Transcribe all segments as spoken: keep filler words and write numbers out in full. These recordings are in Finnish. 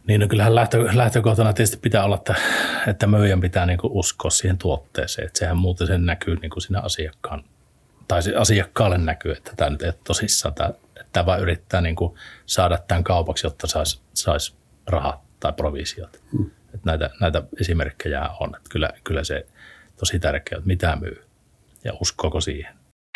Niin no kyllähän lähtö, lähtökohtana tietysti pitää olla, että, että myyjän pitää niin kuin uskoa siihen tuotteeseen. Että sehän muuten sen näkyy niin kuin siinä asiakkaan, tai se asiakkaalle näkyy, että tämä nyt ei ole tosissaan. Tämä, tämä vaan yrittää niin kuin saada tämän kaupaksi, jotta saisi sais rahat tai provisiot. Hmm. Että näitä, näitä esimerkkejä on. Että kyllä, kyllä se tosi tärkeää, että mitä myy ja uskoako siihen.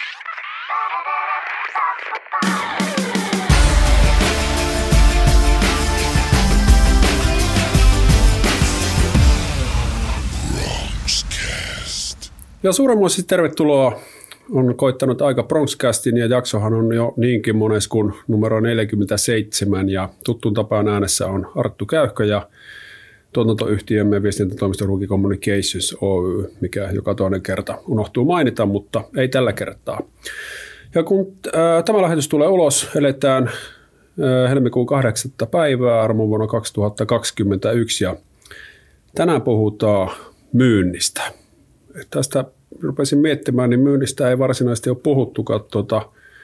Ja suuremmoisesti tervetuloa on koittanut aika Bronxcastin ja jaksohan on jo niinkin mones kuin numero neljäkymmentäseitsemän ja tuttuun tapaan äänessä on Arttu Käyhkö ja tuotantoyhtiömme viestintätoimisto Ruki Communications Oy, mikä joka toinen kerta unohtuu mainita, mutta ei tällä kertaa. Ja kun ää, tämä lähetys tulee ulos, eletään ää, helmikuun kahdeksatta päivää armon vuonna kaksituhattakaksikymmentäyksi ja tänään puhutaan myynnistä. Tästä rupesin miettimään, niin myynnistä ei varsinaisesti ole puhuttukaan tuota,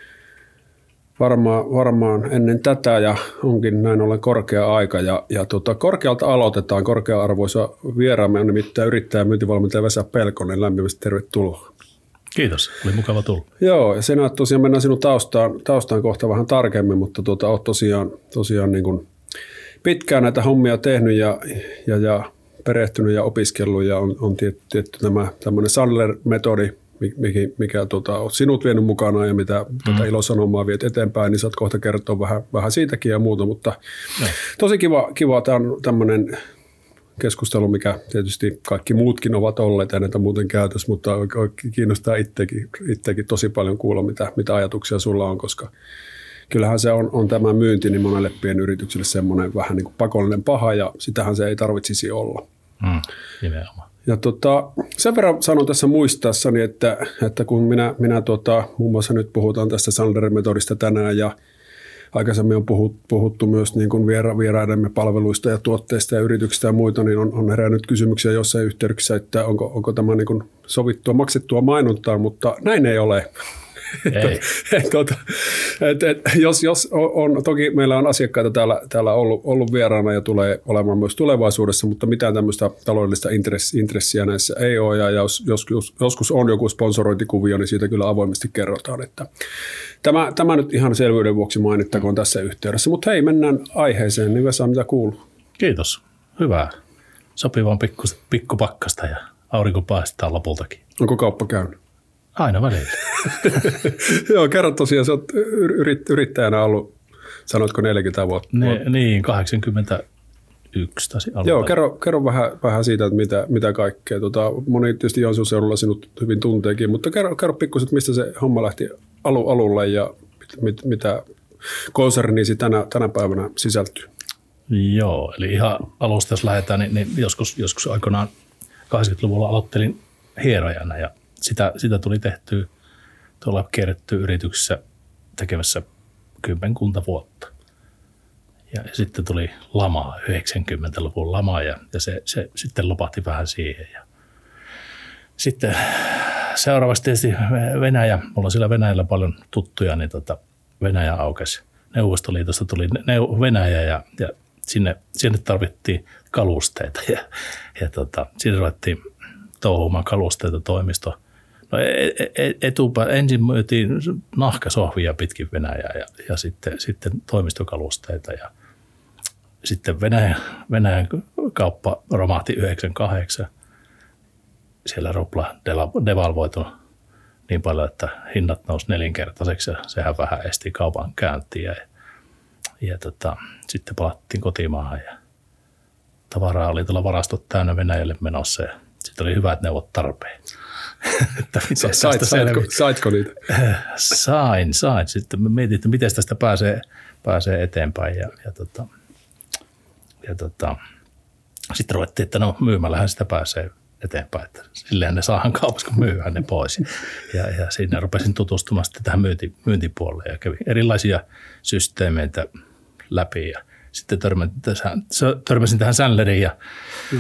varmaan, varmaan ennen tätä ja onkin näin ollen korkea aika. Ja, ja tuota, korkealta aloitetaan, korkea-arvoisa vieraamme on nimittäin yrittäjä ja myyntivalmentaja Vesa Pelkonen. Lämpimästi tervetuloa. Kiitos, oli mukava tulla. Joo, ja sen tosiaan mennään sinun taustaan, taustaan kohta vähän tarkemmin, mutta tuota, olet tosiaan, tosiaan niin kuin pitkään näitä hommia tehnyt ja, ja, ja perehtynyt ja opiskellut ja on, on tietty tämä tämmöinen Sandler-metodi, mikä, mikä tota, olet sinut vienyt mukana ja mitä mm. tätä ilosanomaa viet eteenpäin, niin saat kohta kertoa vähän, vähän siitäkin ja muuta, mutta no. Tosi kiva, kiva tämä on tämmöinen keskustelu, mikä tietysti kaikki muutkin ovat olleet ja näitä muuten käytössä, mutta kiinnostaa itsekin, itsekin tosi paljon kuulla, mitä, mitä ajatuksia sulla on, koska kyllähän se on, on tämä myynti niin monelle pienyritykselle semmoinen vähän niin kuin pakollinen paha ja sitähän se ei tarvitsisi olla. Mm, nimenomaan. Ja tota, sen verran sanon tässä muistaessani, että, että kun minä, minä tota, muun muassa nyt puhutaan tästä Sandler-metodista tänään ja aikaisemmin on puhuttu, puhuttu myös niin kuin viera, vieraidemme palveluista ja tuotteista ja yrityksistä ja muita, niin on, on herännyt kysymyksiä jossain yhteyksissä, että onko, onko tämä niin kuin sovittua, maksettua mainontaa, mutta näin ei ole. Ei. Tuota, et, et, jos, jos on, toki meillä on asiakkaita täällä, täällä ollut, ollut vieraana ja tulee olemaan myös tulevaisuudessa, mutta mitään tämmöistä taloudellista intressiä, intressiä näissä ei ole. Ja jos, joskus, joskus on joku sponsorointikuvio, niin siitä kyllä avoimesti kerrotaan. Että tämä, tämä nyt ihan selvyyden vuoksi mainittakoon tässä yhteydessä. Mutta hei, mennään aiheeseen. Niin Vesa, mitä kuuluu? Kiitos. Hyvää. Sopivaa pikku, pikkupakkasta ja aurinko paistaa lopultakin. Onko kauppa käynyt? Aina välillä. Joo, kerro tosiaan, sä oot yrit, yrittäjänä ollut, sanoitko neljäkymmentä vuotta? Ne, niin, kahdeksankymmentäyksi taisi alun. Joo, kerro, kerro vähän, vähän siitä, että mitä, mitä kaikkea. Tota, moni tietysti Joensuun seudulla sinut hyvin tunteekin, mutta kerro, kerro pikkuisen, mistä se homma lähti alu, alulle ja mit, mit, mitä konserniisi tänä, tänä päivänä sisältyy. Joo, eli ihan alusta jos lähdetään, niin, niin joskus, joskus aikoinaan kahdeksankymmentäluvulla aloittelin hierojana ja Sitä, sitä tuli tehtyä tuolla kierrettyä yrityksessä tekemässä kymmenkunta vuotta. Ja sitten tuli lama, yhdeksänkymmentäluvun lama ja, ja se, se sitten lopahti vähän siihen. Ja sitten seuraavaksi tietysti Venäjä, mulla on siellä Venäjällä paljon tuttuja, niin tota Venäjä aukesi. Neuvostoliitosta tuli Venäjä ja, ja sinne, sinne tarvittiin kalusteita ja, ja tota, sinne ruvettiin touhumaan kalusteita toimisto. No etupä, ensin myytiin nahkasohvia pitkin Venäjää ja, ja sitten, sitten toimistokalusteita ja sitten Venäjän, Venäjän kauppa romahti yhdeksänkymmentäkahdeksan. Siellä rupla devalvoitunut niin paljon, että hinnat nousi nelinkertaiseksi ja sehän vähän esti kaupan käyntiä. Ja, ja tota, sitten palattiin kotimaahan ja tavaraa oli tuolla varastot täynnä Venäjälle menossa ja sitten oli hyvät neuvot tarpeen. Sait, saitko, saitko niitä? Sain, sain. Sitten mä mietin, että miten tästä pääsee, pääsee eteenpäin. Ja, ja, tota, ja tota, sitten ruvettiin, että no myymällähän sitä pääsee eteenpäin. Että silleen ne saadaan kaupassa, kun myyhän ne pois. Ja, ja siinä rupesin tutustumaan sitten tähän myynti, myyntipuolelle ja kävin erilaisia systeemeitä läpi. Ja sitten törmäsin, törmäsin tähän Sandleriin ja hmm.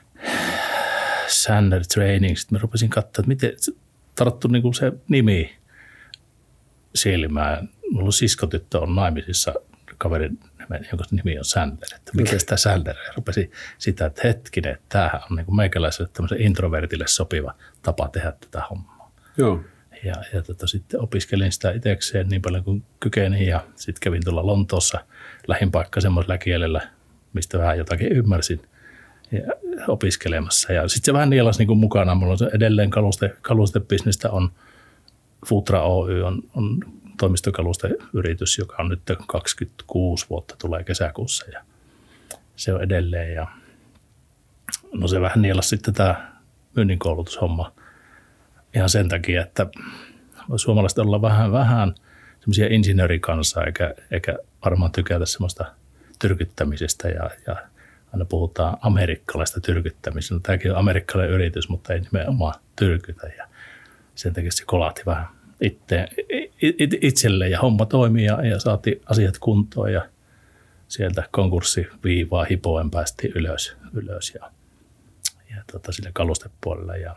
Sandler Training. Sitten mä rupesin katsoa, että miten tarttu niin se nimi silmään. Mulla siskotyttö on naimisissa kaverin ihmeen, jonka nimi on Sandler, että mikä sitä Sandler, ja rupesi sitä, että hetkinen, että tämähän on niin kuin meikäläiselle tämmöisen introvertille sopiva tapa tehdä tätä hommaa. Joo. Ja, ja tota, sitten opiskelin sitä itsekseen niin paljon kuin kykenin ja sitten kävin tuolla Lontoossa lähin paikka semmoisella kielellä, mistä vähän jotakin ymmärsin ja opiskelemassa. Ja sitten se vähän nielasi niin kuin mukana. Mulla on se edelleen kaluste, kalustebisnestä on Futra Oy, on, on toimistokalusteyritys, joka on nyt kaksikymmentäkuusi vuotta, tulee kesäkuussa ja se on edelleen. Ja no se vähän nielasi sitten tämä myynnin koulutushomma ihan sen takia, että suomalaiset ollaan vähän, vähän semmoisia insinöörikansaa, eikä, eikä varmaan tykätä semmoista tyrkyttämisestä ja, ja aina puhutaan amerikkalaista tyrkyttämisestä. No, tämäkin on amerikkalainen yritys, mutta ei nimenomaan tyrkytä ja sen takia se kolahti vähän itse, itselle ja homma toimii ja, ja saatiin asiat kuntoon ja sieltä konkurssiviivaa hipoen päästiin ylös, ylös ja, ja tota, sille kalustepuolelle ja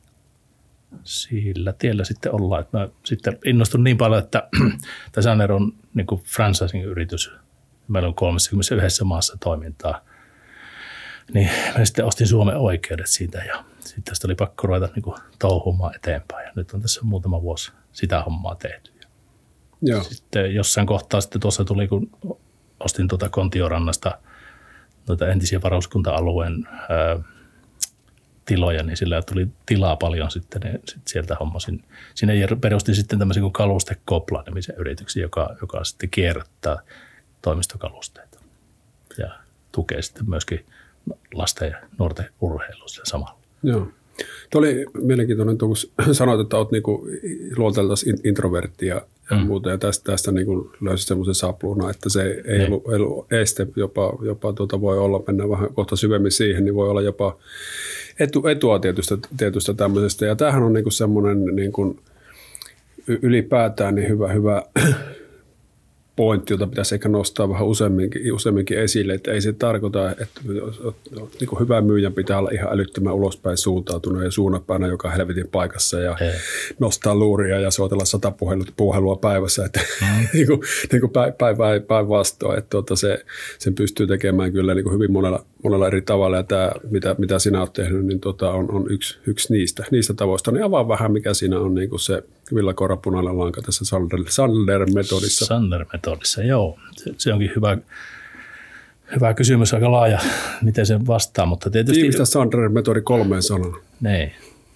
sillä tiellä sitten ollaan. Että mä sitten innostun niin paljon, että Sandler on niin kuin franchising-yritys. Meillä on kolmekymmentäyksi maassa toimintaa. Niin mä sitten ostin Suomen oikeudet siitä ja sitten tästä oli pakko ruveta niin kuin touhumaan eteenpäin. Ja nyt on tässä muutama vuosi sitä hommaa tehty. Joo. Sitten jossain kohtaa sitten tuossa tuli, kun ostin tuota Kontiorannasta noita entisiä varuskunta-alueen ää, tiloja, niin sillä tuli tilaa paljon sitten, niin sit sieltä hommasin. Sinne perustin sitten tämmöisen kuin Kaluste Kopla-nimisen yrityksen, joka, joka sitten kierrättää toimistokalusteita ja tukee sitten myöskin lasten ja nuorten urheilussa samalla. Joo. Tuo oli mielenkiintoinen, kun sanoit, että olet niinku luonteeltasi introvertti ja mm. muuta, ja tästä, tästä niinku löysit semmoisen sapluuna, että se ei mm. ollut, ollut este, jopa, jopa tuota voi olla, mennään vähän kohta syvemmin siihen, niin voi olla jopa etu, etua tietystä, tietystä tämmöisestä, ja tämähän on niinku semmoinen niinku ylipäätään niin hyvä, hyvä pointti, jota pitäisi ehkä nostaa vähän useamminkin, useamminkin esille, että ei se tarkoita, että niin kuin hyvä myyjän pitää olla ihan älyttömän ulospäin suuntautunut ja suunnapäänä joka helvetin paikassa ja Hei. nostaa luuria ja soitella sata puhelua päivässä, että mm. niin kuin, niin kuin päivä päinvastoin, että tuota se, sen pystyy tekemään kyllä niin kuin hyvin monella, monella eri tavalla ja tämä, mitä, mitä sinä olet tehnyt, niin tuota, on, on yksi, yksi niistä, niistä tavoista. Niin avaa vähän, mikä siinä on niin kuin se villakoira punainen lanka tässä Sandler-metodissa. Sandler-metodissa, joo. Se, se onkin hyvä, hyvä kysymys, aika laaja, miten sen vastaa, mutta tietysti... Tiivistä Sandler-metodi kolmeen sanaan. Niin.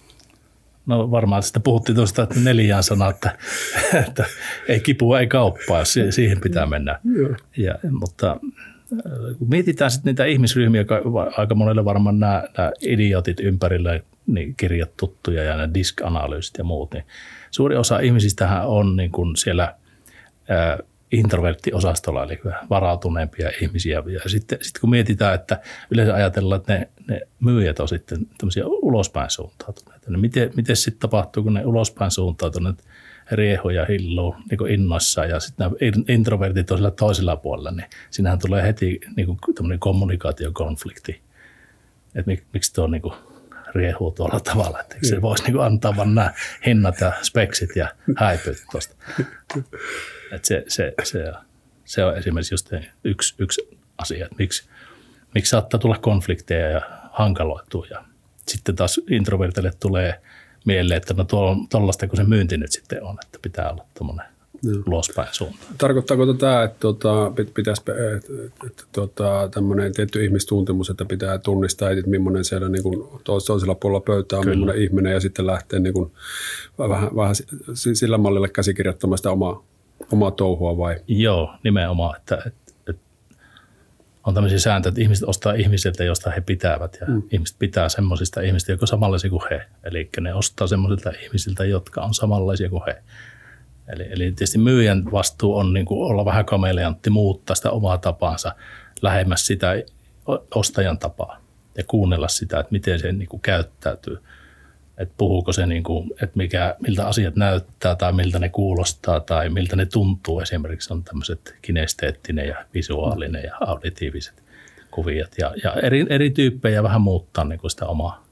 No varmaan sitä puhuttiin tuosta että neljään sanaa, että, että ei kipua, ei kauppaa, jos siihen pitää mennä. Ja, mutta kun mietitään sitten niitä ihmisryhmiä, aika monelle varmaan nämä, nämä idiotit ympärillä, niin kirjat tuttuja ja nämä disk-analyysit ja muut, niin suuri osa ihmisistähän on niin kuin siellä ää, introverttiosastolla, eli varautuneempia ihmisiä. Ja sitten, sitten kun mietitään, että yleensä ajatellaan, että ne, ne myyjät on sitten tämmöisiä ulospäin suuntautuneita, niin miten, miten sitten tapahtuu, kun ne ulospäin suuntautuneet riehu ja hilluu niin innoissaan ja sitten nämä introvertit on sillä toisella puolella, niin siinähän tulee heti niin kuin tämmöinen kommunikaatiokonflikti, että mik, miksi tuo niin kuin riehuu tuolla tavalla, että se voisi niin kuin antaa vaan nämä hinnat ja speksit ja häipyt tuosta. Että se, se, se, se on esimerkiksi just yksi, yksi asia, että miksi, miksi saattaa tulla konflikteja ja hankaloitua. Ja sitten taas introvertille tulee mieleen, että no tuollaista kuin se myynti nyt sitten on, että pitää olla tuommoinen ulospäin suuntaan. Tarkoittaako tämä, että tuota, pitäisi että, tuota, tämmöinen tietty ihmistuntemus, että pitää tunnistaa, että millainen siellä niin kuin toisella puolella pöytää on millainen ihminen ja sitten lähtee niin kuin vähän, vähän sillä mallilla käsikirjoittamaan sitä omaa, omaa touhua vai? Joo, nimenomaan, että, että, että on tämmöisiä sääntöjä, että ihmiset ostaa ihmisiltä, josta he pitävät ja mm. ihmiset pitää semmoisista ihmisistä, jotka on samanlaisia kuin he. Eli ne ostaa semmoisilta ihmisiltä, jotka on samanlaisia kuin he. Eli, eli tietysti myyjän vastuu on niin kuin olla vähän kameleantti, muuttaa sitä omaa tapaansa lähemmäs sitä ostajan tapaa ja kuunnella sitä, että miten se niin kuin käyttäytyy. Että puhuuko se, niin kuin, että mikä, miltä asiat näyttää tai miltä ne kuulostaa tai miltä ne tuntuu. Esimerkiksi on tämmöiset kinesteettinen ja visuaalinen ja auditiiviset kuviot ja, ja eri, eri tyyppejä vähän muuttaa niin kuin sitä omaa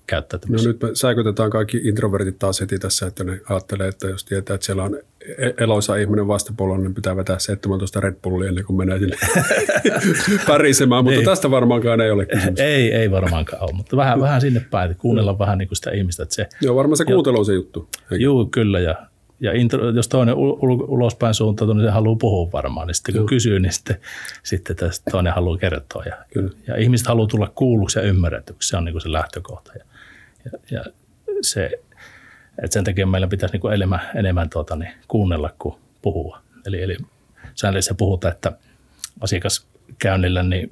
käyttäytymisessä. No nyt me säikytetään kaikki introvertit taas heti tässä, että ne ajattelee, että jos tietää, että siellä on eloisa ihminen vastapuolella, niin pitää vetää seitsemäntoista Red Bullia ennen kuin menee sinne pärisemään, mutta tästä varmaankaan ei ole kysymys. Ei, ei varmaankaan ole, mutta vähän, vähän sinne päin, että kuunnella vähän niin kuin sitä ihmistä. Että se, joo, varmaan se kuuntelu on se juttu. Joo, kyllä. Ja, ja intro, jos toinen ulospäin suuntautuu, niin se haluaa puhua varmaan. Niin sitten kun joo. kysyy, niin sitten, sitten toinen haluaa kertoa. Ja, ja ihmiset haluaa tulla kuulluksi ja ymmärretyksi. Se on niin kuin se lähtökohta. Ja, ja, ja se, että sen takia meillä pitäisi niin kuin enemmän, enemmän tuota, niin kuunnella kuin puhua. Eli, eli säännöllisesti puhutaan, että asiakaskäynnillä niin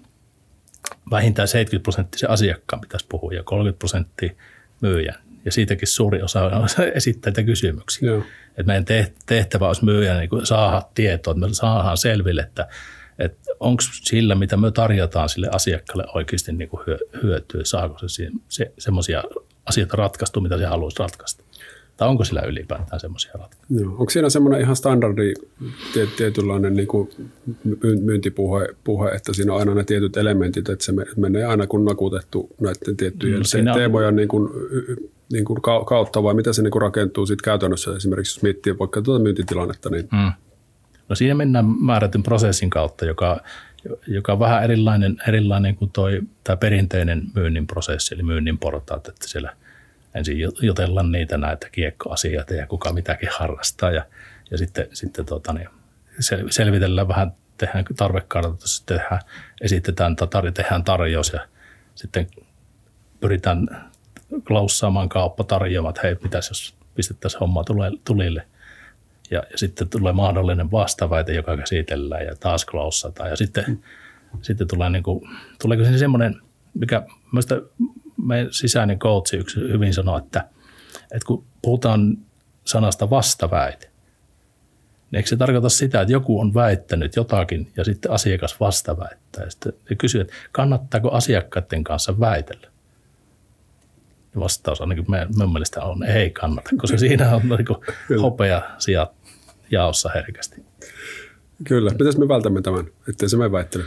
vähintään seitsemänkymmentä prosenttia se asiakkaan pitäisi puhua ja kolmekymmentä prosenttia myyjän. Ja siitäkin suuri osa esittää näitä kysymyksiä. Joo. Että meidän tehtävä olisi myyjän niin saada tietoa, että me saadaan selville, että, että onko sillä, mitä me tarjotaan sille asiakkaalle oikeasti niin kuin hyötyä, saako se, se semmoisia asioita ratkaistu, mitä se haluaisi ratkaista. Tai onko sillä ylipäätään semmoisia ratkaisuja? Joo. Onko siinä semmoinen ihan standardi tietynlainen niin kuin myyntipuhe, puhe, että siinä on aina ne tietyt elementit, että se menee aina kun nakutettu näiden tiettyjen no, teemoja niin kuin, niin kuin kautta, vai mitä se niin kuin rakentuu sitten käytännössä esimerkiksi, jos miettii vaikka tuota myyntitilannetta? Niin. Mm. No siinä mennään määrätyn prosessin kautta, joka, joka on vähän erilainen, erilainen kuin toi, tämä perinteinen myynnin prosessi, eli myynnin portaat, että siellä ensin jutellaan niitä näitä kiekkoasioita ja kuka mitäkin harrastaa ja, ja sitten, sitten tota, niin selvitellään vähän, tehdään tarvekartoitus, tehdään, esitetään, tar- tehdään tarjous ja sitten pyritään klaussaamaan kauppa tarjoamaan, että hei, mitäs jos pistettäisiin hommaa tulille. Ja, ja sitten tulee mahdollinen vastaväite, joka käsitellään ja taas klaussataan. Ja sitten, mm. sitten tulee niin kuin, tuleeko siinä semmoinen, mikä mielestäni meidän sisäinen coachi yksi hyvin sanoo, että, että kun puhutaan sanasta vastaväite, niin eikö se tarkoita sitä, että joku on väittänyt jotakin ja sitten asiakas vastaväittää. Ja sitten kysyy, että kannattaako asiakkaiden kanssa väitellä? Ja vastaus ainakin minun mielestä on, ei kannata, koska siinä on niin hopea sijat jaossa herkästi. Kyllä. Mitäs me vältämme tämän, ettei se me väittely?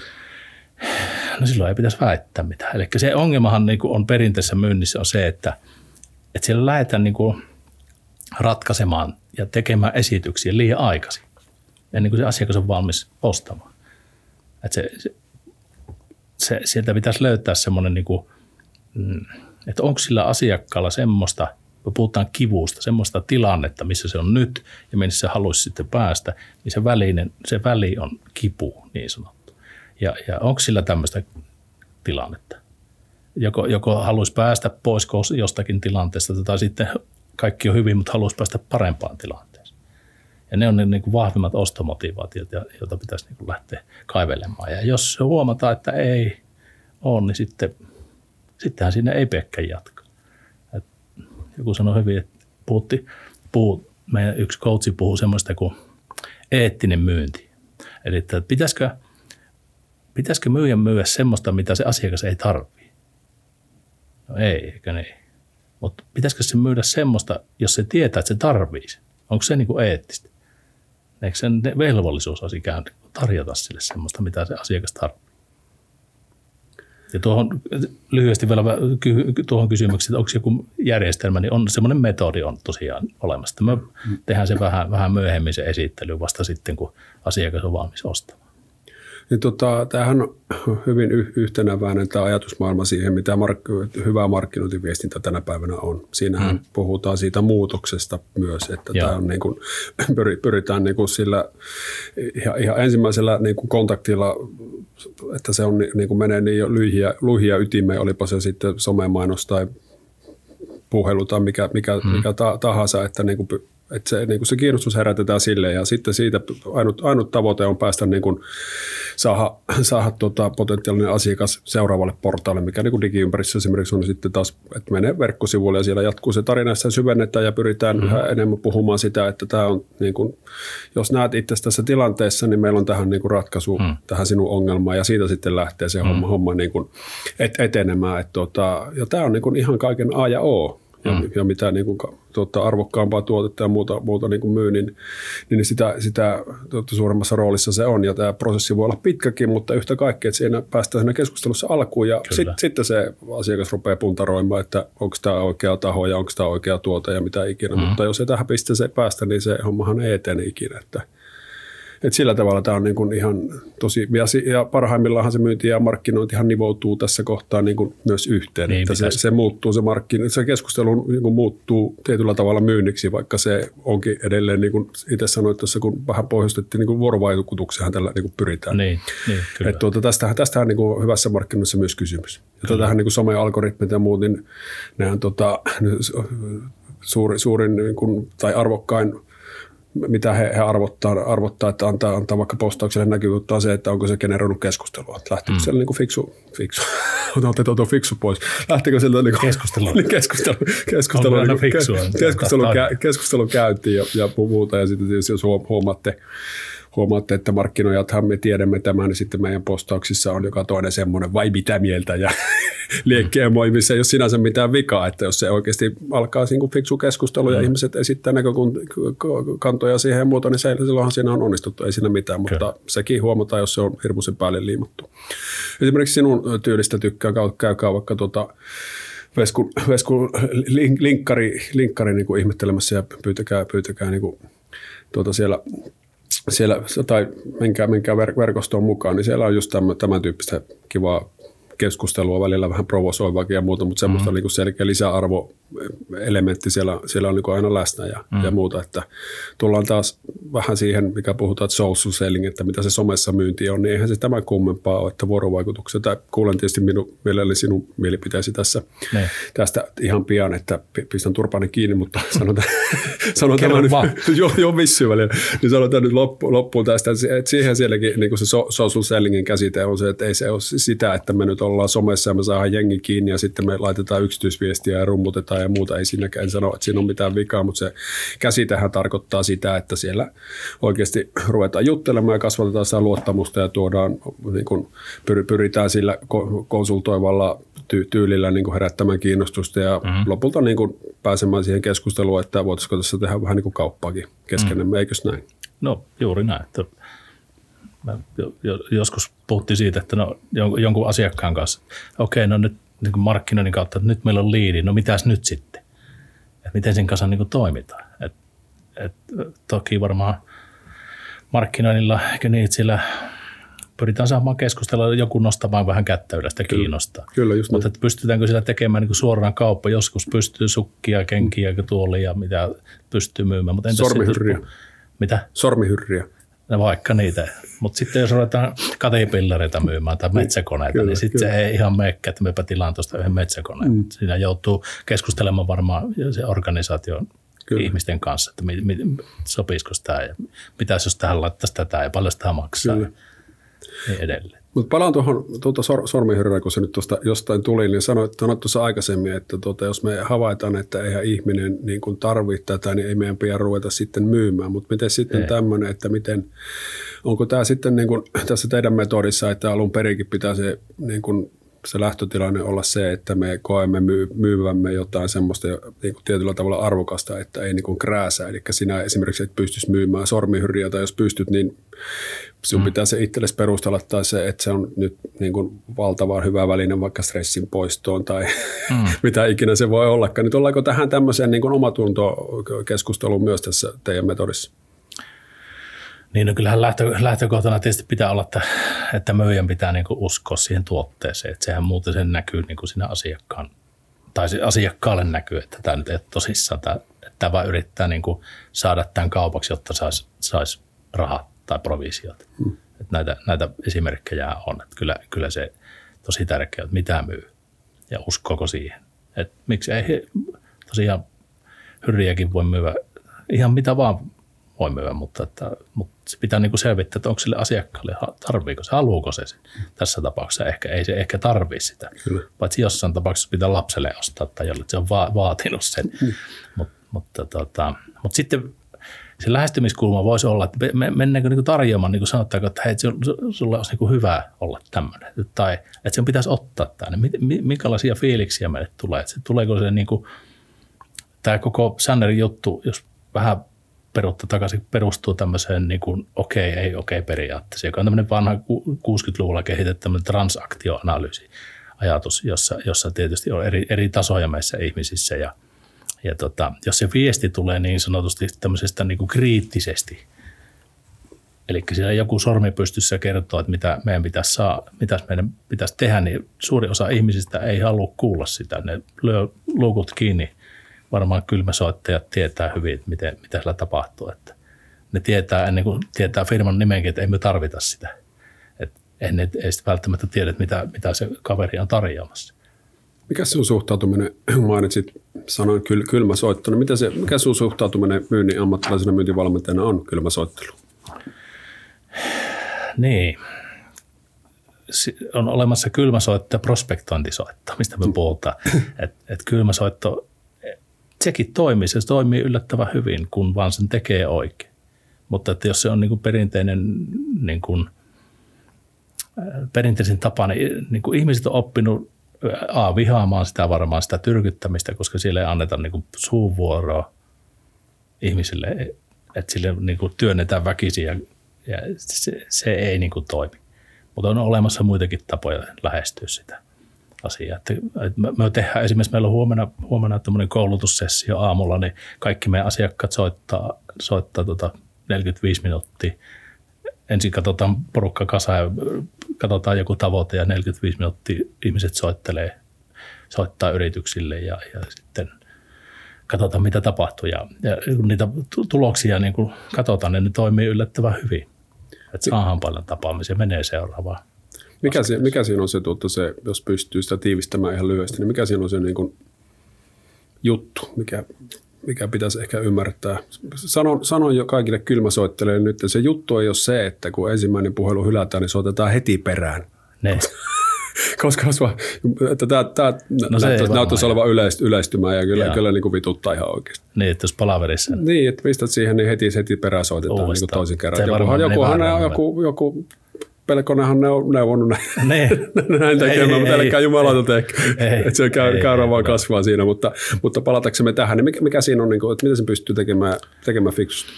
No silloin ei pitäisi väittää mitään. Eli se ongelmahan niin kuin on perinteisessä myynnissä on se, että, että siellä lähdetään niin kuin ratkaisemaan ja tekemään esityksiä liian aikaisin, ennen kuin se asiakas on valmis ostamaan. Että se, se, se, sieltä pitäisi löytää semmoinen, niin kuin, että onko sillä asiakkaalla semmoista, kun puhutaan kivusta, semmoista tilannetta, missä se on nyt ja missä se haluaisi sitten päästä, niin se, välinen, se väli on kipu niin sanottu. Ja, ja onko sillä tämmöistä tilannetta? Joko, joko haluaisi päästä pois jostakin tilanteesta tai sitten kaikki on hyvin, mutta haluaisi päästä parempaan tilanteeseen. Ja ne on ne niin kuin vahvimmat ostomotivaatiot, joita pitäisi niin kuin lähteä kaivelemaan. Ja jos huomataan, että ei ole, niin sitten, sittenhän siinä ei Pekka jatka. Et joku sanoi hyvin, että puhutti, puhuu, meidän yksi coachi puhuu semmoista kuin eettinen myynti. Eli että pitäisikö Pitäisikö myyjä myyä semmoista, mitä se asiakas ei tarvitse? No ei, eikä niin. Mutta pitäisikö se myydä semmoista, jos se tietää, että se tarvitsee? Onko se niin kuin eettistä? Eikö sen velvollisuus olisi ikään kuin tarjota sille semmoista, mitä se asiakas tarvitsee? Ja tuohon lyhyesti vielä tuohon kysymykseen, että onko joku järjestelmä, niin on semmoinen metodi on tosiaan olemassa. Me tehdään se vähän, vähän myöhemmin se esittely vasta sitten, kun asiakas on valmis ostamaan. Niin tota, tämähän on hyvin yhtenäväinen tämä ajatusmaailma siihen, mitä mark- hyvää markkinointiviestintä tänä päivänä on. Siinähän mm. puhutaan siitä muutoksesta myös, että tämä on niin kuin, pyritään niin kuin sillä ihan, ihan ensimmäisellä niin kuin kontaktilla, että se on, niin kuin menee niin lyhiä, lyhiä ytimeen, olipa se sitten somemainos tai puhelu tai mikä, mikä, mm. mikä tahansa, että niin kuin Että se, niin kuin se kiinnostus herätetään silleen ja sitten siitä ainut, ainut tavoite on päästä niin kuin saada, saada tota potentiaalinen asiakas seuraavalle portaalle, mikä niin kuin digiympäristössä esimerkiksi on sitten taas, että menee verkkosivuille ja siellä jatkuu se tarina, ja syvennetään ja pyritään mm-hmm. yhä enemmän puhumaan sitä, että tämä on niin kuin, jos näet itse tässä tilanteessa, niin meillä on tähän niin kuin ratkaisu mm. tähän sinun ongelmaan ja siitä sitten lähtee se mm. homma, homma niin kuin et, etenemään. Et tota, ja tämä on niin kuin ihan kaiken A ja O. ja, mm. ja mitä niin kuin, tuota, arvokkaampaa tuotetta ja muuta, muuta niin kuin myy, niin, niin sitä, sitä tuota, suuremmassa roolissa se on. Ja tämä prosessi voi olla pitkäkin, mutta yhtä kaikkea, että siinä päästään siinä keskustelussa alkuun ja sit, sitten se asiakas rupeaa puntaroimaan, että onko tämä oikea taho ja onko tämä oikea tuote ja mitä ikinä. Mm. Mutta jos ei tähän pisteeseen päästä, niin se hommahan ei etene ikinä. Että Et sillä tavalla tämä on niin kuin ihan tosi, ja parhaimmillaan se myynti ja markkinointihan nivoutuu tässä kohtaa niin kuin myös yhteen. Niin, että se, se muuttuu, se, markkino, se keskustelu niin kuin muuttuu tietyllä tavalla myynniksi, vaikka se onkin edelleen, niin kuin itse sanoit tuossa, kun vähän pohjustettiin, niin kuin vuorovaikutukseen tällä niin kuin pyritään. Niin, niin, kyllä. Et tuota, tästähän, tästähän niin kuin hyvässä markkinoissa myös kysymys. Ja tähän niin kuin some-algoritmit ja muut, niin nehän tota, suuri, suurin niin kuin, tai arvokkain, mitä he, he arvottaa, arvottaa, että antaa, antaa vaikka postaukselle näkyvyyttä on se, että onko se generoinut keskustelua. Että lähtikö mm. siellä niin kuin fiksu, fiksu, otetaan tuo fiksu pois. Lähtikö sieltä niin keskustelu, keskustelu, keskustelu, niin kuin, keskustelu, keskustelu käyntiin ja, ja muuta. Ja sitten jos huomaatte, huomaatte, että markkinoijathan me tiedämme tämän, niin sitten meidän postauksissa on joka toinen semmoinen, vai mitä mieltä, ja liekkeen moimissa ei ole sinänsä mitään vikaa, että jos se oikeasti alkaa niin kuin fiksu keskustelu ja mm. ihmiset esittää näkökantoja siihen ja muuta, niin silloinhan siinä on onnistuttu, ei siinä mitään, mutta okay. sekin huomataan, jos se on hirmuisen päälle liimattu. Esimerkiksi sinun tyylistä tykkää, käykää vaikka tuota Veskun, Veskun linkkari, linkkari niin kuin ihmettelemässä ja pyytäkää, pyytäkää niin kuin, tuota siellä Siellä, tai menkää, menkää verkostoon mukaan, niin siellä on just tämän, tämän tyyppistä kivaa keskustelua, välillä vähän provosoivaakin ja muuta, mutta semmoista mm. niin kuin selkeä lisäarvoelementti siellä, siellä on niin kuin aina läsnä ja, mm. ja muuta. Että tullaan taas vähän siihen, mikä puhutaan, että social selling, että mitä se somessa myynti on, niin eihän se tämän kummempaa ole, että vuorovaikutuksia. Tai kuulen tietysti minun mielelläni sinun mielipiteesi tässä, tästä ihan pian, että pistän turpaani kiinni, mutta sanon, sanon tämän nyt jo, jo vissiin välillä, niin sanon tämän nyt loppu, loppuun tästä, että siihen sielläkin niin kuin se social sellingin käsite on se, että ei se ole sitä, että me nyt ollaan somessa ja me saadaan jengi kiinni ja sitten me laitetaan yksityisviestiä ja rummutetaan ja muuta. Ei siinäkään, en sano, että siinä on mitään vikaa, mutta se käsitehän tarkoittaa sitä, että siellä oikeasti ruvetaan juttelemaan ja kasvatetaan sitä luottamusta ja tuodaan, niin kuin pyritään sillä konsultoivalla tyylillä niin kuin herättämään kiinnostusta ja mm-hmm. lopulta niin kuin pääsemään siihen keskusteluun, että voitaisiko tässä tehdä vähän niin kuin kauppaakin keskenemme, mm-hmm. eikös näin? No juuri näin. Että mä joskus puhuttiin siitä, että no jonkun asiakkaan kanssa, okei, no nyt niin kuin markkinoinnin kautta, että nyt meillä on liidi, no mitäs nyt sitten? Et miten sen kanssa niin kuin toimitaan? Et, et, toki varmaan markkinoinnilla, eikö niin, että sillä pyritään saamaan keskustella, joku nostamaan vähän kättä yleistä kiinnostaa. Kyllä, just mutta että pystytäänkö sillä tekemään niin kuin suoraan kauppa? Joskus pystyy sukkia, kenkiä, tuolia, mitä pystyy myymään. Mutta sormihyrriä. Sitten, mitä? Sormihyrriä. No vaikka niitä. Mutta sitten jos ruvetaan caterpillareita myymään tai metsäkoneita, kyllä, niin sitten se ei ihan meekkä, että mepä tilaan tuosta yhden metsäkoneen. Mm. Siinä joutuu keskustelemaan varmaan se organisaation kyllä. ihmisten kanssa, että mi, mi, sopisiko tämä ja mitäs jos tähän laittaisi tätä ja paljon sitä maksaa kyllä. ja niin edelleen. Mutta palaan tuohon tuota sor, sormihyrrään, kun se nyt tuosta jostain tuli, niin sanoit, sanoit tuossa aikaisemmin, että tuota, jos me havaitaan, että eihän ihminen niin kun tarvitse tätä, niin ei meidän pidä ruveta sitten myymään. Mutta miten sitten tämmöinen, että miten, onko tämä sitten niin kun tässä teidän metodissa, että alun perinkin pitää se, niin kun se lähtötilanne olla se, että me koemme myy, myyvämme jotain semmoista niin kun tietyllä tavalla arvokasta, että ei niin kun krääsää. Eli sinä esimerkiksi et pystyisi myymään sormihyrriä, tai jos pystyt, niin sinun pitää se itsellesi perustella tai se, että se on nyt niin kuin valtavan hyvä väline vaikka stressin poistoon tai mm. mitä ikinä se voi ollakaan. Nyt ollaanko tähän tämmöiseen niin kuin omatuntokeskusteluun myös tässä teidän metodissa? Niin no kyllähän lähtö, lähtökohtana tietysti pitää olla, että, että myyjän pitää niin kuin uskoa siihen tuotteeseen. Että sehän muuten sen näkyy niin kuin siinä asiakkaan, tai asiakkaalle näkyy, että tämä nyt ei ole tosissaan. Tämä, että tämä vaan yrittää niin kuin saada tämän kaupaksi, jotta saisi sais rahat tai provisiot. Hmm. Että näitä, näitä esimerkkejä on. Että kyllä, kyllä se tosi tärkeää, että mitä myy ja uskoako siihen. Että miksi ei tosiaan hyrriäkin voi myyä, ihan mitä vaan voi myyä, mutta, että, mutta se pitää niin kuin selvittää, että onko sille asiakkaalle, tarviiko se, haluuko se sen. Tässä tapauksessa ehkä ei se ehkä tarvitse sitä. Kyllä. Paitsi jossain tapauksessa pitää lapselle ostaa tai jolle se on va- vaatinut sen. Hmm. Mut, mutta, tota, mutta sitten se lähestymiskulma voisi olla, että mennäänkö niin tarjoamaan, niin kuin sanottaako, että hei, sulla olisi niin hyvä olla tämmöinen. Tai että sen pitäisi ottaa tämä. Minkälaisia fiiliksiä meille tulee? Että se, tuleeko se niin kuin tämä koko Sannerin juttu, jos vähän perutta takaisin, perustuu tämmöiseen niin kuin okei, ei okei periaatteeseen, joka on tämmöinen vanha kuusikymmentäluvulla kehitetty tämmöinen transaktioanalyysi ajatus, jossa, jossa tietysti on eri, eri tasoja meissä ihmisissä ja, ja tota, jos se viesti tulee niin sanotusti tämmöisestä niin kuin kriittisesti, eli siellä joku sormi pystyssä kertoo, että mitä meidän pitäisi, saa, mitä meidän pitäisi tehdä, niin suuri osa ihmisistä ei halua kuulla sitä. Ne lyö luukut kiinni. Varmaan kylmäsoittajat tietää hyvin, että miten, mitä siellä tapahtuu. Että ne tietää ennen kuin tietää firman nimenkin, että ei me tarvita sitä. Että ei ne ei sitten välttämättä tiedä, mitä, mitä se kaveri on tarjoamassa. Mikä sun suhtautuminen, mainitsit sanan kyl, kylmäsoitto, mitä se, mikä sun suhtautuminen myynnin ammattilaisena myyntivalmentajana on kylmäsoittelu? Niin. On olemassa kylmäsoitto ja prospektointisoitto, mistä me puhutaan. Et, et kylmäsoitto, sekin toimii, se toimii yllättävän hyvin, kun vaan sen tekee oikein. Mutta että jos se on niin kuin perinteinen, niin kuin, perinteisin tapa, niin, niin kuin ihmiset on oppinut a, vihaamaan sitä varmaan sitä tyrkyttämistä, koska siellä ei anneta niin kuin suunvuoroa ihmisille, että sille niin kuin työnnetään väkisin ja Ja se, se ei niin kuin toimi. Mutta on olemassa muitakin tapoja lähestyä sitä asiaa. Että, että me tehdään esimerkiksi, meillä on huomenna, huomenna tämmöinen koulutussessio aamulla, niin kaikki meidän asiakkaat soittaa, soittaa tota neljäkymmentäviisi minuuttia. Ensin katsotaan porukka kasa ja katsotaan joku tavoite ja neljäkymmentäviisi minuuttia ihmiset soittelee, soittaa yrityksille ja, ja sitten katsotaan mitä tapahtuu. Ja, ja kun niitä tuloksia niin kun katsotaan, niin ne toimii yllättävän hyvin. Että saadaan paljon tapaamisia, menee seuraavaan. Mikä, se, mikä siinä on se, tuota, se, jos pystyy sitä tiivistämään ihan lyhyesti, niin mikä siinä on se niin kuin juttu, mikä, mikä pitäisi ehkä ymmärtää? Sanon, sanon jo kaikille kylmäsoittelijoille nyt, että se juttu ei ole se, että kun ensimmäinen puhelu hylätään, niin soitetaan heti perään. Ne. Koska että tämä, tämä no näyttäisi, näyttäisi olevan yleist, yleistymään ja kyllä, kyllä niin kuin vituttaa ihan oikeasti. Niin, että jos palaverissa. Niin, että pistät siihen, niin heti, heti perään soitetaan niin kuin toisen kerran. Jokuhan, jokuhan ne, joku, joku pelkonehan ne on neuvonnut näin, näin tekemään, mutta älkää jumalauta ehkä. Että se käy, käydään vaan kasvaa siinä, mutta, mutta palataksemme tähän, niin mikä, mikä siinä on, niin kuin, että miten sen pystyy tekemään, tekemään fiksusti?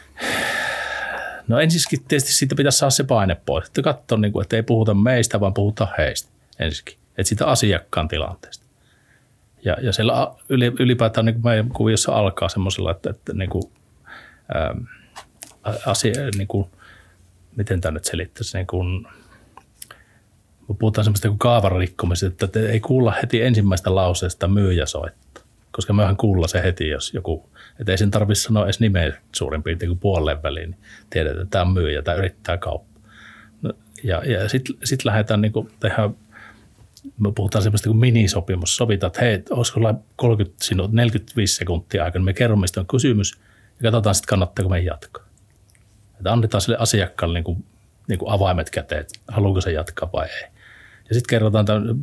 No ensinnäkin tietysti siitä pitäisi saada se paine pois. Että katsoa, että ei puhuta meistä, vaan puhutaan heistä ensinnäkin. Että siitä asiakkaan tilanteesta. Ja, ja siellä ylipäätään niin meidän kuviossa alkaa semmoisella, että, että niin kuin, ää, asia, niin kuin, miten tämä nyt selittäisi, niin kuin, puhutaan semmoista kuin kaavan rikkomisesta, että ei kuulla heti ensimmäistä lauseesta myyjä soittaa. Koska mehän kuulla se heti, jos joku, että ei sen tarvitse sanoa edes nimeä suurin piirtein kuin puoleen väliin, niin tiedetään, että tämä on myyjä, tämä yrittää kauppaa. No, ja ja sitten sit lähdetään niin kuin tehdä, me puhutaan semmoista kuin minisopimus, sovitaan, että hei, olisiko kolmekymmentä, neljäkymmentäviisi sekuntia aikana, me kerromme, mistä on kysymys, ja katsotaan sitten, kannattaako me jatkaa. Että annetaan sille asiakkaalle niin kuin, niin kuin avaimet käteen, että haluaako se jatkaa vai ei. Ja sitten kerrotaan, tämän,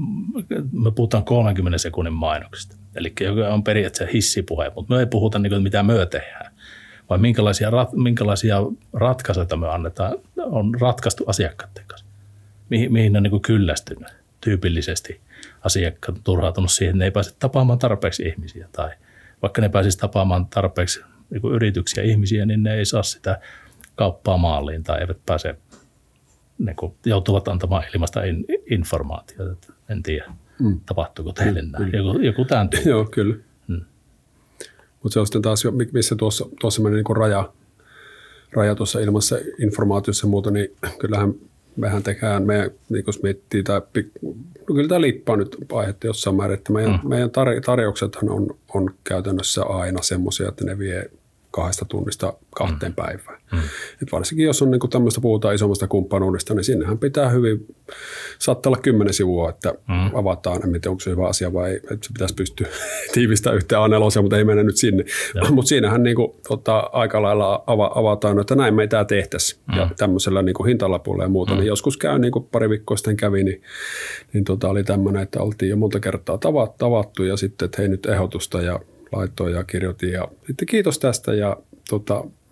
me puhutaan kolmenkymmenen sekunnin mainoksista. Eli joka on periaatteessa hissipuhe, mutta me ei puhuta niin kuin, mitä me tehdään, vaan minkälaisia, minkälaisia ratkaisuja me annetaan, on ratkaistu asiakkaiden kanssa. Mihin, mihin ne on niin kuin kyllästynyt. Tyypillisesti asiakkaat on turhautunut siihen, että ne ei pääse tapaamaan tarpeeksi ihmisiä. Tai vaikka ne pääsisi tapaamaan tarpeeksi niin kuin yrityksiä ihmisiä, niin ne ei saa sitä kauppaa maaliin tai eivät pääse, niin kuin joutuvat antamaan ilmaista in, informaatiota. En tiedä, mm. tapahtuuko teille mm. näin. Joku, joku tämän tyyppi. Joo, kyllä. Mm. Mutta se on sitten taas, missä tuossa, tuossa menee niin raja, raja tuossa ilmassa informaatiossa ja muuta, niin kyllähän mehän tehdään, meidän, niin kun miettii, tai, no kyllä tämä liippaa nyt aihetta jossain määrin, että meidän, mm. meidän tar- tarjouksethan on, on käytännössä aina semmoisia, että ne vie kahdesta tunnista kahteen mm. päivään. Mm. Et varsinkin jos on niin tämmöistä, puhutaan isommasta kumppanuudesta, niin sinnehän pitää hyvin, saattaa olla kymmenen sivua, että mm. avataan, en tiedä onko se hyvä asia vai että se pitäisi pystyä tiivistämään yhteen A neljä, mutta ei mennä nyt sinne. Mutta siinähän niin kuin, tota, aika lailla ava, avataan, että näin me ei tämä tehtäisi. Mm. Ja tämmöisellä niin kuin hintalapulla ja muuta, mm. niin joskus käy, niin kuin pari viikkoa sitten kävi, niin, niin tota, oli tämmöinen, että oltiin jo monta kertaa tavattu ja sitten, että hei nyt ehdotusta ja laitoin ja kirjoitin ja sitten kiitos tästä ja tota,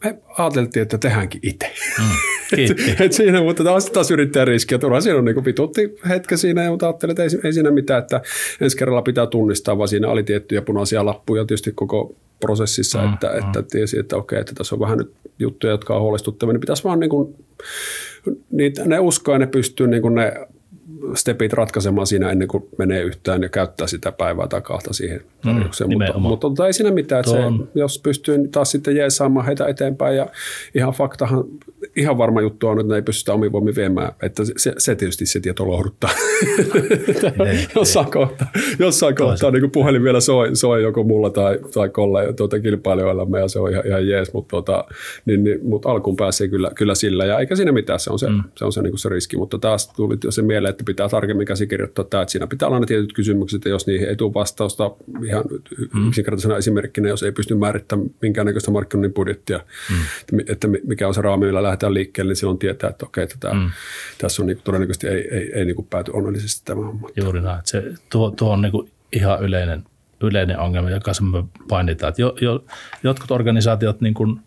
me ajateltiin, että tehdäänkin itse. Mm, et siinä, mutta taas, taas yrittää riskiä. Turhaan siinä on niin vitutti hetken siinä, mutta ajattelin, että ei, ei siinä mitään, että ensi kerralla pitää tunnistaa, vaan siinä oli tiettyjä punaisia lappuja tietysti koko prosessissa, mm, että, mm. että tiesi, että okei, että tässä on vähän nyt juttuja, jotka on huolestuttavia, niin pitäisi vaan niin kuin, niitä, ne uskoa ja ne pystyy niin kuin ne stepit ratkaisemaan siinä ennen kuin menee yhtään ja käyttää sitä päivää tai kahta siihen tarjoukseen. Mm, mutta, mutta, mutta ei siinä mitään, että se, jos pystyy taas sitten jeesaamaan heitä eteenpäin ja ihan faktahan, ihan varma juttu on, että ne ei pysty sitä omin voimin viemään, että se, se tietysti se tieto lohduttaa. jossain kohtaa, jossain kohtaa niin puhelin vielä soi, soi joko mulla tai, tai Kolle tuota, kilpailijoillamme ja se on ihan, ihan jees, mutta, tuota, niin, niin, mutta alkuun pääsee kyllä, kyllä sillä ja eikä siinä mitään, se on se, mm. se, on se, niin kuin se riski, mutta taas tuli jo se mieleen, että pitää tarkemmin käsikirjoittaa tämä, että siinä pitää olla ne tietyt kysymykset, ja jos niihin ei tule vastausta ihan mm. yksinkertaisena esimerkkinä, jos ei pysty määrittämään minkäännäköistä markkinoinnin budjettia, mm. että mikä on se raami, millä lähdetään liikkeelle, niin silloin tietää, että okei, että tämä, mm. tässä on niin, todennäköisesti ei, ei, ei niin pääty onnellisesti tämä homma. Juuri näin. Se, tuo, tuo on niin ihan yleinen, yleinen ongelma, joka me painitaan. Että jo, jo, jotkut organisaatiot niin kuin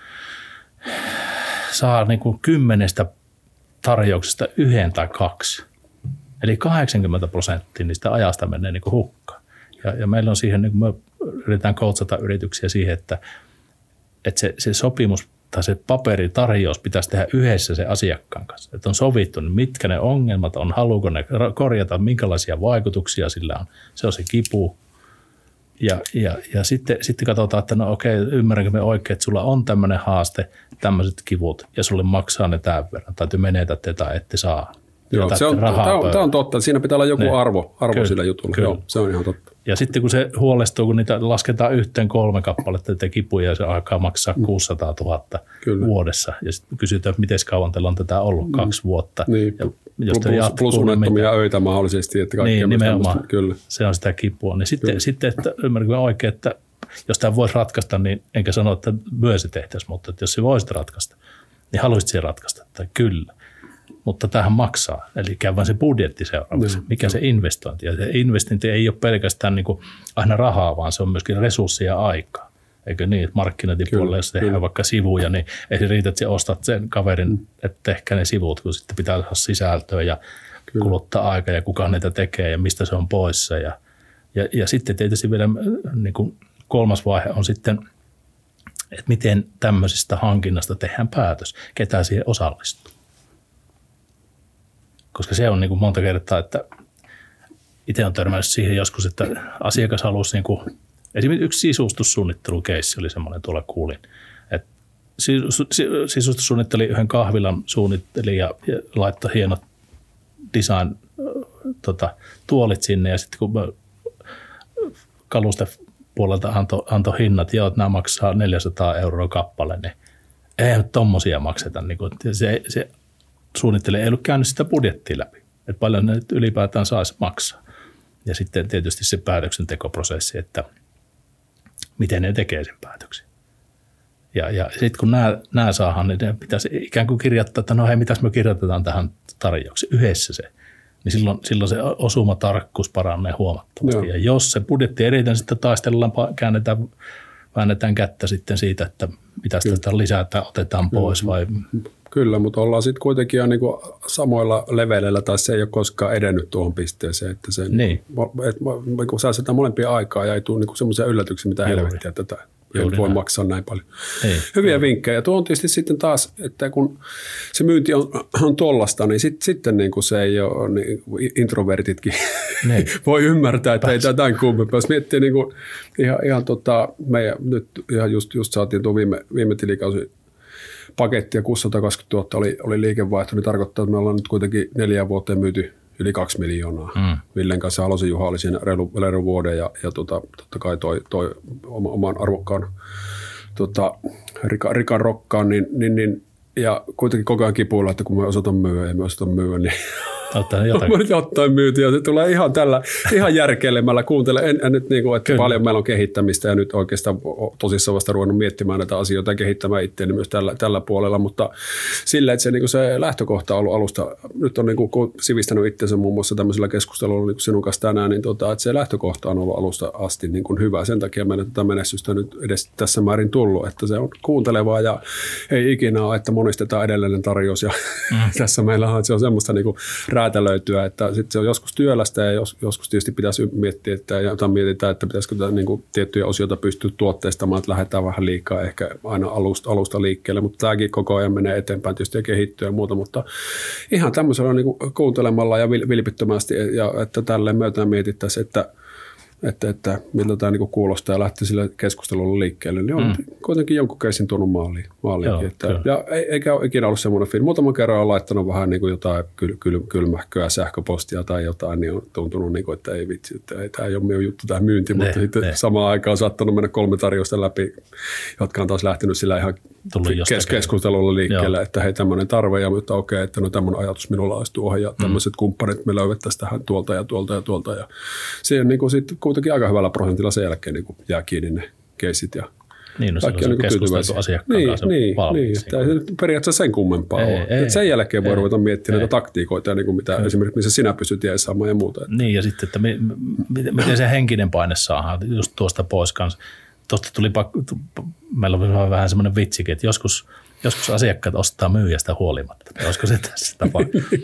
saa niin kuin kymmenestä tarjouksesta yhden tai kaksi. Eli kahdeksankymmentä prosenttia niistä ajasta menee niin kuin hukkaan. Ja, ja meillä on siihen, niin kuin me yritetään coachata yrityksiä siihen, että, että se, se sopimus tai se paperitarjous pitäisi tehdä yhdessä se asiakkaan kanssa. Että on sovittu, niin mitkä ne ongelmat on, haluuko ne korjata, minkälaisia vaikutuksia sillä on. Se on se kipu. Ja, ja, ja sitten, sitten katsotaan, että no okei, ymmärränkö me oikein, että sulla on tämmöinen haaste, tämmöiset kivut, ja sulle maksaa ne tämän verran, tai te menetät tätä, ette saa. Joo, se on, tämä, on, tämä on totta. Siinä pitää olla joku ne. arvo, arvo kyllä, sillä jutulla. Kyllä. Joo, se on ihan totta. Ja sitten kun se huolestuu, kun niitä lasketaan yhteen kolme kappaletta, että kipuja, ja se alkaa maksaa kuusisataatuhatta kyllä. vuodessa. Ja sitten kysytään, että miten kauan teillä on tätä ollut, mm. kaksi vuotta. Niin. Ja jos plus, jatkuu, plus unettomia niin öitä mahdollisesti. Että niin, nimenomaan. Kyllä. Se on sitä kipua. Niin sitten, sitten että ymmärränkö oikein, että jos tämä voisi ratkaista, niin enkä sano, että myös se tehtäisiin, mutta että jos se voisi ratkaista, niin haluaisit se ratkaista, että kyllä. Mutta tämähän maksaa, eli käy vain se budjetti seuraavaksi, no, mikä no. se investointi. Ja se investointi ei ole pelkästään niin kuin aina rahaa, vaan se on myöskin resursseja ja aikaa. Eikö niin, että markkinointipuolella, jos tehdään kyllä. vaikka sivuja, niin ei se riitä, että sä ostat sen kaverin, mm. että tehkää ne sivut, kun sitten pitää saada sisältöä ja kyllä. kuluttaa aikaa ja kuka niitä tekee ja mistä se on poissa. Ja, ja, ja sitten tietysti vielä niin kuin kolmas vaihe on sitten, että miten tämmöisestä hankinnasta tehdään päätös, ketä siihen osallistuu. Koska se on niin kuin monta kertaa, että itse on törmännyt siihen joskus, että asiakas halusi, niin kuin, esimerkiksi yksi sisustussuunnittelukeissi oli semmoinen, tuolla kuulin, että sisustussuunnitteli yhden kahvilan suunnitteli ja, ja laittoi hienot design tota, tuolit sinne ja sitten kun kalustepuolelta antoi anto hinnat, joo, että nämä maksaa neljäsataa euroa kappale, niin ei tommosia makseta. Niin kuin, se, se suunnittelee, ei ollut käynyt sitä budjettia läpi, että paljon ne ylipäätään saisi maksaa. Ja sitten tietysti se päätöksentekoprosessi, että miten ne tekee sen päätöksen. Ja, ja sitten kun nämä, nämä saadaan, niin ne pitäisi ikään kuin kirjoittaa, että no hei, mitäs me kirjoitetaan tähän tarjoukseen yhdessä se. Niin silloin, silloin se osumatarkkuus paranee huomattavasti. Joo. Ja jos se budjetti eriten sitten taistellaan, käännetään, väännetään kättä sitten siitä, että mitä tätä lisätään, otetaan pois vai... Kyllä, mutta ollaan sitten kuitenkin jo niin kuin samoilla leveleillä, tai se ei ole koskaan edennyt tuohon pisteeseen, että se, niin. että kun säästetään molempia aikaa ja ei tule niin semmoisia yllätyksiä, mitä Juuri. helvettiä tätä ei voi näin. maksaa näin paljon. Ei. Hyviä Juuri. vinkkejä. Ja tuo on tietysti sitten taas, että kun se myynti on, on tollasta, niin sit, sitten niin kuin se ei ole, niin introvertitkin niin. voi ymmärtää, että Pääs. ei tämä tämän kummempaa. Jos miettii niin kuin ihan, ihan tota, meidän, nyt ihan just, just saatiin tuo viime, viime tilikausi, paketti ja kuusisataakaksikymmentätuhatta oli, oli liikevaihto, niin tarkoittaa, että me ollaan nyt kuitenkin neljään vuoteen myyty yli kaksi miljoonaa. Mm. Villen kanssa Halosen Juha oli siinä reilu, reilu vuoden ja, ja tota, totta kai toi, toi oman arvokkaan tota, Rika, Rikan rokkaan, niin, niin, niin, ja kuitenkin koko ajan kipuilla, että kun me osataan myyä ja me osataan myyä, niin Ottaa jotain. Jotain myytiä. Se tulee ihan tällä, ihan järkeilemällä. Kuuntele, en, en nyt niin kuin, että Kyllä. paljon meillä on kehittämistä ja nyt oikeastaan tosissaan vasta ruvennut miettimään näitä asioita ja kehittämään itseäni myös tällä, tällä puolella, mutta sillä, että se, niin kuin se lähtökohta on ollut alusta, nyt on niin kuin sivistänyt itsensä muun muassa tämmöisellä keskustelulla niin kuin sinun kanssa tänään, niin tota, että se lähtökohta on ollut alusta asti niin kuin hyvä. Sen takia meidän tätä menestystä nyt edes tässä määrin tullut, että se on kuuntelevaa ja ei ikinä ole, että monistetaan edellinen tarjous ja mm. tässä meillä on, se on semmoista niin kuin räätälöityä, että sitten se on joskus työlästä ja jos, joskus tietysti pitäisi miettiä, että jotain mietitään, että pitäisikö niin kuin tiettyjä osioita pystyä tuotteistamaan, että lähdetään vähän liikaa ehkä aina alusta, alusta liikkeelle, mutta tämäkin koko ajan menee eteenpäin tietysti ja kehittyy ja muuta, mutta ihan tämmöisellä niin kuin kuuntelemalla ja vilpittömästi, ja että tälleen myötään mietittäisiin, että Että, että miltä tämä niinku kuulostaa ja lähtee sille keskustelulle liikkeelle, niin on mm. kuitenkin jonkun keisin tuonut maaliin. maaliin että, ja eikä ole ikinä ollut semmoinen film. Muutaman kerran on laittanut vähän niin kuin jotain kyl, kyl, kylmähköä sähköpostia tai jotain, niin on tuntunut, niin kuin, että ei vitsi, että ei, tämä ei ole minun juttu, tämä myynti, ne, mutta sitten ne. samaan aikaan on saattanut mennä kolme tarjousta läpi, jotka on taas lähtenyt sillä ihan kes- keskustelulla liikkeelle, Joo. että hei tämmöinen tarve, ja mutta okei, että no tämmöinen ajatus minulla olisi tuohon, ja tämmöiset mm. kumppanit me löydettäisiin tähän tuolta ja tuolta ja tuolta, ja siihen niin kuin sitten kuitenkin aika hyvällä prosentilla sen jälkeen niin jää kiinni ne keisit ja niin, no silloin se on niin keskusteltu asiakkaan niin, kanssa niin, valmiiksi. Niin, että ei periaatteessa sen kummempaa ei, ole. Ei, sen jälkeen voi ei, ruveta miettimään näitä taktiikoita, niin kuin mitä ei. Esimerkiksi missä sinä pystyt jeesaamaan ja muuta. Että. Niin ja sitten, että mi, mi, miten se henkinen paine saadaan just tuosta pois kanssa. Tuosta tuli pakko, meillä on vähän semmoinen vitsikin, että joskus Joskus asiakkaat ostaa myyjästä huolimatta. Olisiko se tässä tapaa?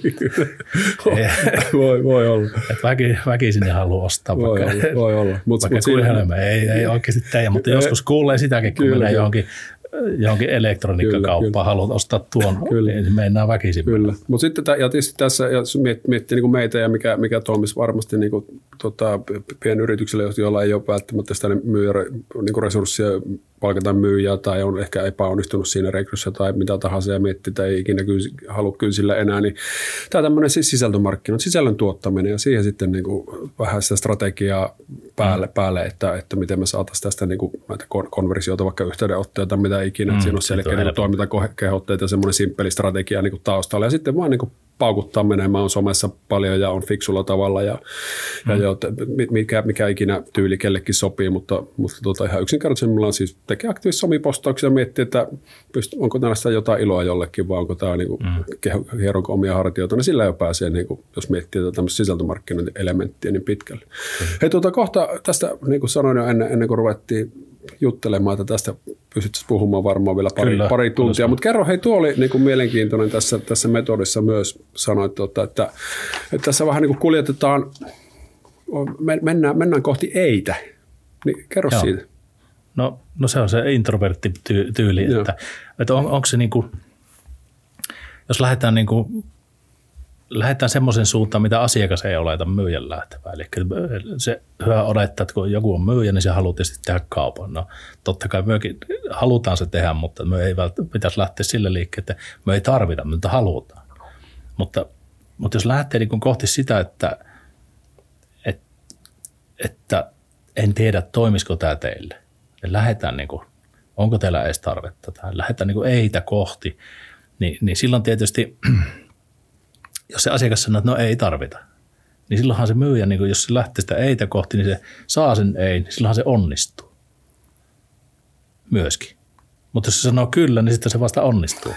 voi, voi olla. Et väki, väkisin ne haluaa ostaa. Voi vaikka, olla. Voi olla. Mut, vaikka mut kuin siinä... ei, ei oikeasti teidän, mutta joskus kuulee sitäkin, kun kyllä, menee johonkin, johonkin elektroniikkakauppaan, haluat ostaa tuon, kyllä. niin mennään väkisin. Kyllä. Mutta sitten ja tietysti tässä, jos miettii, miettii niin meitä ja mikä, mikä toimisi varmasti niin kuin, tota, pienyritykselle, joilla ei ole välttämättä sitä myyjä, niin resursseja, palkataan myyjää tai on ehkä epäonnistunut siinä rekryssä tai mitä tahansa ja miettii tai ei ikinä halua kynsillä enää, niin tämä tämmöinen siis sisältömarkkinat, sisällön tuottaminen ja siihen sitten niin kuin vähän sitä strategiaa päälle, mm. päälle että, että miten me saataisiin tästä niin kuin näitä konversioita, vaikka yhteydenottoja tai mitä ikinä, mm, siinä on selkeä niin toimintakehotteita ja semmoinen simppeli strategia niin kuin taustalla ja sitten vaan niin kuin paukuttaa menemään, on somessa paljon ja on fiksulla tavalla ja, mm. ja jo, mikä, mikä ikinä tyyli kellekin sopii, mutta, mutta tuota, ihan yksinkertaisemmilla on siis tekee aktiivisesti somipostauksia ja miettii, että pyst- onko tällaista jotain iloa jollekin vai onko tämä niin mm. hieronko omia hartioita, niin sillä jo pääsee, niin kuin, jos miettii tämmöistä sisältömarkkinointielementtiä niin pitkälle. Mm. Hei tuota, kohta tästä, niin kuin sanoin jo ennen, ennen kuin ruvettiin juttelemaan, että tästä pystyttäisiin puhumaan varmaan vielä pari, Kyllä, pari tuntia. Mutta kerro, hei tuo oli niin kuin mielenkiintoinen tässä, tässä metodissa myös, sanoit, että, että, että tässä vähän niin kuin kuljetetaan, mennään, mennään kohti eitä. Niin kerro Joo. siitä. No, no se on se introverttityyli, että, että on, onko se niin kuin, jos lähdetään niin kuin lähdetään semmoisen suuntaan, mitä asiakas ei oleta myyjän lähtevää. Eli se hyvä odottaa, että kun joku on myyjä, niin se haluaa tietysti tehdä kaupan. No, totta kai mekin halutaan se tehdä, mutta me ei välttämättä pitäisi lähteä sille liikkeelle, että me ei tarvita, mutta halutaan. Mutta, mutta jos lähtee niin kohti sitä, että, että, että en tiedä, toimisiko tämä teille, niin lähdetään, niin kuin, onko teillä edes tarvetta, tai lähdetään niin eitä kohti, niin, niin silloin tietysti jos se asiakas sanoo, että no ei tarvita, niin silloinhan se myyjä, niin jos se lähtee sitä eitä kohti, niin se saa sen ei, niin silloinhan se onnistuu myöskin. Mutta jos se sanoo kyllä, niin sitten se vasta onnistuu.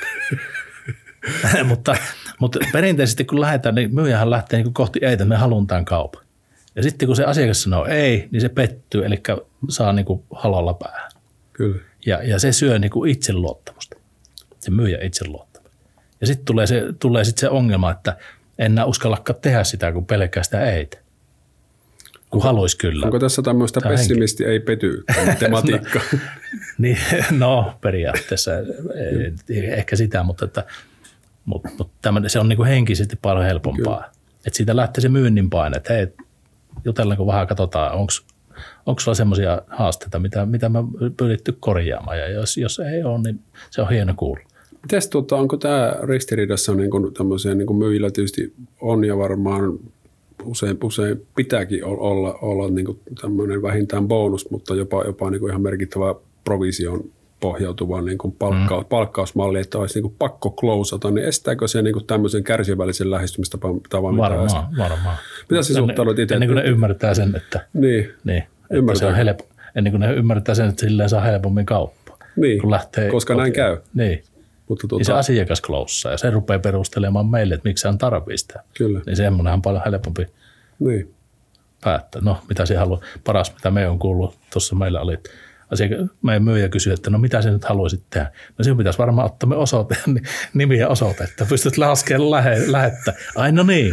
mutta, mutta perinteisesti kun lähdetään, niin myyjähän lähtee niin kohti eitä, me haluan tämän kaupan. Ja sitten kun se asiakas sanoo ei, niin se pettyy, eli saa niin kuin halolla päähän. Kyllä. Ja, ja se syö niin kuin itseluottamusta, se myyjä itseluottamusta. Ja sitten tulee se, tulee sit se ongelma, että en enää uskallakaan tehdä sitä, kun pelkää sitä eitä. Kun haluaisi kyllä. Onko tässä tämmöistä pessimisti ei pety tematiikkaa? no, niin, no periaatteessa ei, ehkä sitä, mutta, että, mutta, mutta tämän, se on niin kuin henkisesti paljon helpompaa. Että siitä lähtee se myynnin paine, että hei, jutellaanko vähän, katsotaan, onko sulla semmoisia haasteita, mitä, mitä mä pyritty korjaamaan. Ja jos, jos ei ole, niin se on hieno kuulla. Mites, tuota, onko tämä ristiriidassa niin kuin tämmöiseen niin kuin myyjillä tietysti on ja varmaan usein, usein pitääkin olla, olla niin kuin tämmöinen vähintään bonus, mutta jopa, jopa niin kuin ihan merkittävä provision pohjautuva niin kuin palkka, mm. palkkausmalli, että olisi niin kuin pakko klousata, niin estääkö se niin kuin tämmöisen kärsivällisen lähestymistavan? Varmaan, varmaan. Mitä se suhtaudut itse? Ennen kuin ne ymmärtää sen, että, niin. Niin, että se on helppo, ennen kuin ne ymmärtää sen, että silleen saa helpommin kauppaa. Niin, kun lähtee koska näin käy. Niin. Mutta tuota, niin se asiakas kloussaa ja se rupeaa perustelemaan meille, että miksi hän tarvitsee sitä. Kyllä. Niin semmoinen on paljon helpompi niin. päättää. No, mitä se haluaa. Paras, mitä me on kuullut, tuossa meillä oli asiakas, meidän myyjä kysyi, että no mitä sä nyt haluaisit tehdä. No sinun pitäisi varmaan ottaa me osoite, nimi ja osoite, että pystyt laskemaan lähe, lähettää. Ai no niin.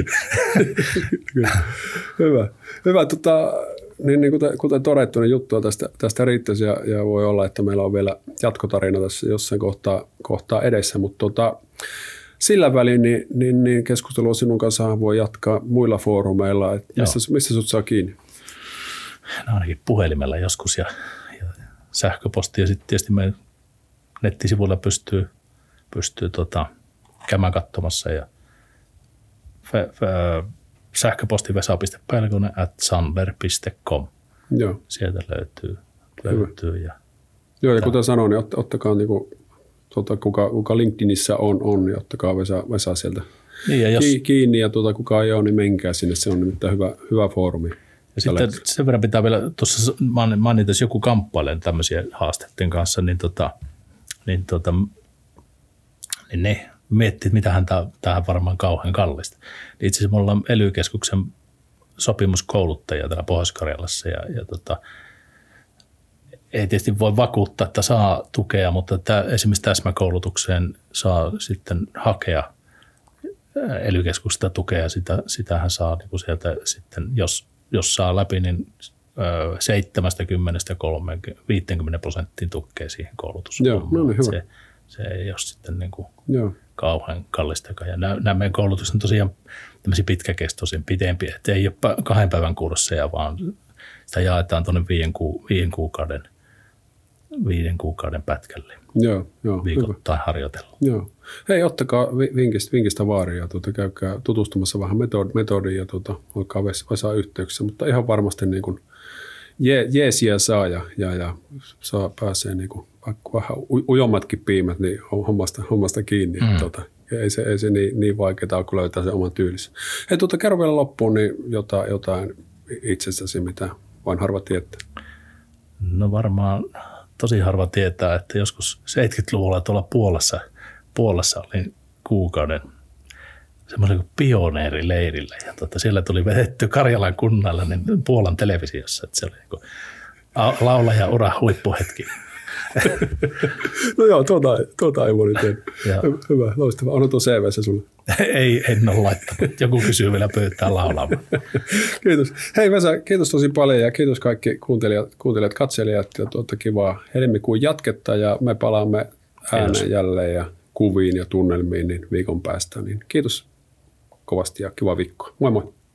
Hyvä. Hyvä. Tota, niin, niin kuten, kuten todettu, niin juttua tästä, tästä riittäisi ja, ja voi olla, että meillä on vielä jatkotarina tässä jossain kohtaa, kohtaa edessä, mutta tota, sillä välin niin, niin, niin keskustelua sinun kanssa voi jatkaa muilla foorumeilla. Et missä, missä sut saa kiinni? No ainakin puhelimella joskus ja, ja sähköposti ja sitten tietysti meidän nettisivuilla pystyy, pystyy tota, käymään katsomassa ja fe, fe, sähköposti vesa piste pelkonen at sandler piste com. Joo. Sieltä löytyy. löytyy ja Joo, ja kuten sanoin, niin ot, ottakaa, niin kuin, tuota, kuka, kuka LinkedInissä on, on, niin ottakaa Vesa, Vesa sieltä niin, ja jos, kiinni, ja tuota, kuka ei ole, niin menkää sinne. Se on nimittäin hyvä, hyvä foorumi. Ja sitten sen verran pitää vielä, tuossa mainita, jos joku kamppailee tämmöisiä haasteiden kanssa, niin, tota, niin, tota, niin ne miettii, että mitähän tämä on varmaan kauhean kallista. Itse asiassa me ollaan E L Y-keskuksen sopimuskouluttajia täällä Pohjois-Karjalassa ja, ja tota, ei tietysti voi vakuuttaa, että saa tukea, mutta tämä, esimerkiksi täsmäkoulutukseen saa sitten hakea E L Y-keskuksesta tukea. Sitä, sitähän saa niin kuin sieltä sitten, jos, jos saa läpi, niin seitsemänkymmentä viisikymmentä prosenttia tukea siihen koulutukseen. Joo, no niin, hyvä. Se, se ei ole sitten niin kuin kauhean kallistakaan. Ja nämä, nämä meidän koulutukset on tosiaan tämmöisiä pitkäkestoisia, pitempiä. Että ei ole kahden päivän kursseja, vaan sitä jaetaan tuonne viiden, ku, viiden, kuukauden, viiden kuukauden pätkälle. Joo, joo, viikoittain harjoitella. Joo. Hei, ottakaa vinkistä, vinkistä vaaria. Tuota, käykää tutustumassa vähän metodiin ja tuota, olkaa Vesaa yhteyksissä. Mutta ihan varmasti niin kuin je, jeesiä saa ja, ja, ja saa, pääsee niin kuin, vähän ujommatkin piimät niin hommasta, hommasta kiinni. Mm. Tuota, ei se, ei se niin, niin vaikeaa, kun löytää sen oman tyylisen. Hei, tuota, kerro vielä loppuun niin jotain, jotain itsestäsi, mitä vain harva tietää. No varmaan tosi harva tietää, että joskus seitsemänkymmentäluvulla tuolla Puolassa, Puolassa oli kuukauden semmoisen kuin pioneerileirillä. Ja tota, siellä tuli vedetty Karjalan kunnalla niin Puolan televisiossa, että se oli niin kuin laulaja ura huippuhetki. No joo, tuota, tuota ei voi tehdä. Hyvä, loistavaa. On tuo C V:ssä sulle? Ei, en ole laittanut. Joku kysyy vielä pöytään laulaamaan. Kiitos. Hei Vesa, kiitos tosi paljon ja kiitos kaikki kuuntelijat, kuuntelijat katselijat ja tuota kivaa helmikuun jatketta ja me palaamme ääneen kiitos. Jälleen ja kuviin ja tunnelmiin niin viikon päästä. Niin kiitos kovasti ja kiva viikkoa. Moi moi.